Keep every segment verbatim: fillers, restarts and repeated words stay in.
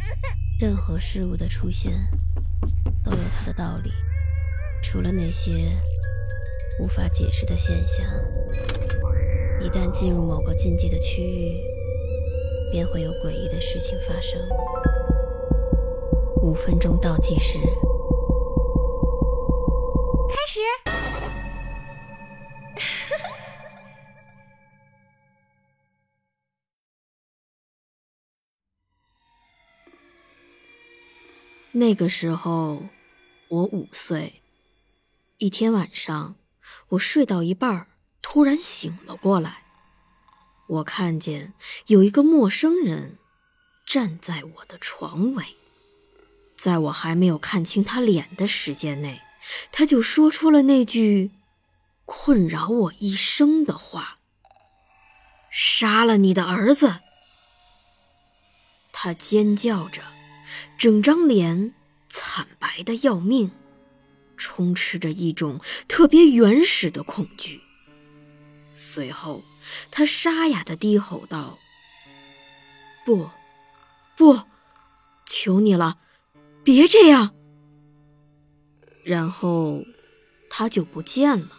任何事物的出现都有它的道理，除了那些无法解释的现象，一旦进入某个禁忌的区域，便会有诡异的事情发生。五分钟倒计时， 开始。 那个时候我五岁。一天晚上，我睡到一半，突然醒了过来。我看见有一个陌生人站在我的床尾，在我还没有看清他脸的时间内，他就说出了那句困扰我一生的话：杀了你的儿子。他尖叫着，整张脸惨白的要命，充斥着一种特别原始的恐惧。随后他沙哑地低吼道：不不，求你了，别这样。然后他就不见了。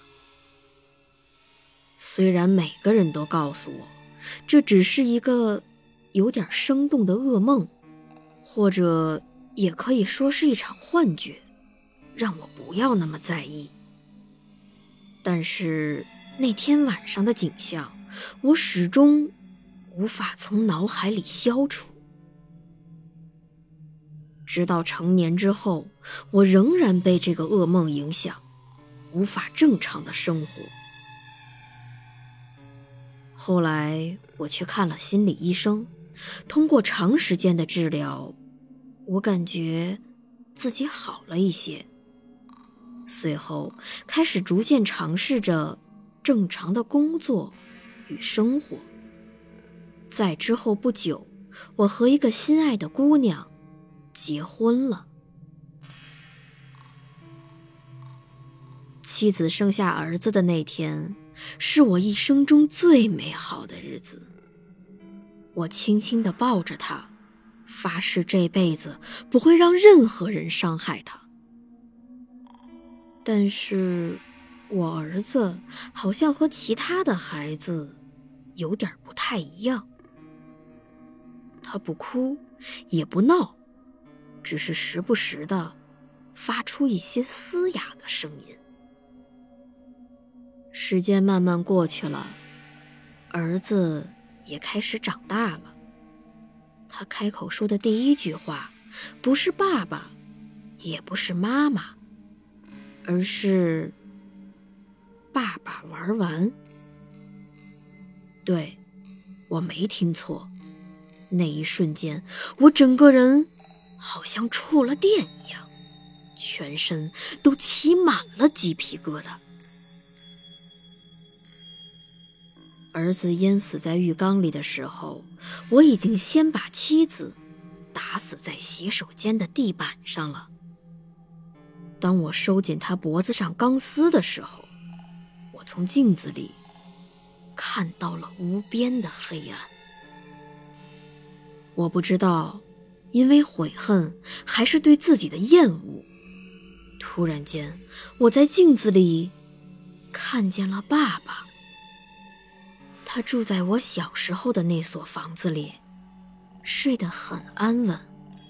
虽然每个人都告诉我，这只是一个有点生动的噩梦，或者也可以说是一场幻觉，让我不要那么在意。但是那天晚上的景象，我始终无法从脑海里消除。直到成年之后，我仍然被这个噩梦影响，无法正常的生活。后来我去看了心理医生，通过长时间的治疗，我感觉自己好了一些。随后开始逐渐尝试着正常的工作与生活。在之后不久，我和一个心爱的姑娘结婚了。妻子生下儿子的那天，是我一生中最美好的日子。我轻轻地抱着他，发誓这辈子不会让任何人伤害他。但是我儿子好像和其他的孩子有点不太一样。他不哭也不闹，只是时不时地发出一些嘶哑的声音。时间慢慢过去了，儿子也开始长大了。他开口说的第一句话不是爸爸，也不是妈妈，而是爸爸玩完。对，我没听错，那一瞬间我整个人好像触了电一样，全身都起满了鸡皮疙瘩。儿子淹死在浴缸里的时候，我已经先把妻子打死在洗手间的地板上了。当我收紧他脖子上钢丝的时候，我从镜子里看到了无边的黑暗。我不知道，因为悔恨还是对自己的厌恶，突然间我在镜子里看见了爸爸。他住在我小时候的那所房子里，睡得很安稳。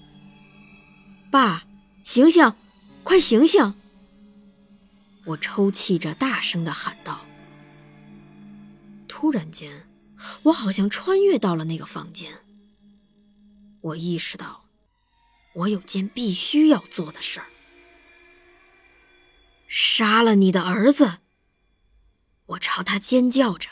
爸，醒醒，快醒醒！我抽泣着大声地喊道。突然间，我好像穿越到了那个房间。我意识到，我有件必须要做的事儿。杀了你的儿子！我朝他尖叫着。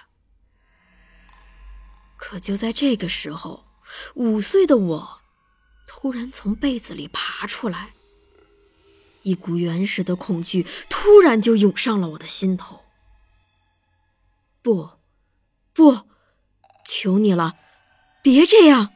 可就在这个时候，五岁的我突然从被子里爬出来，一股原始的恐惧突然就涌上了我的心头。不，不，求你了，别这样！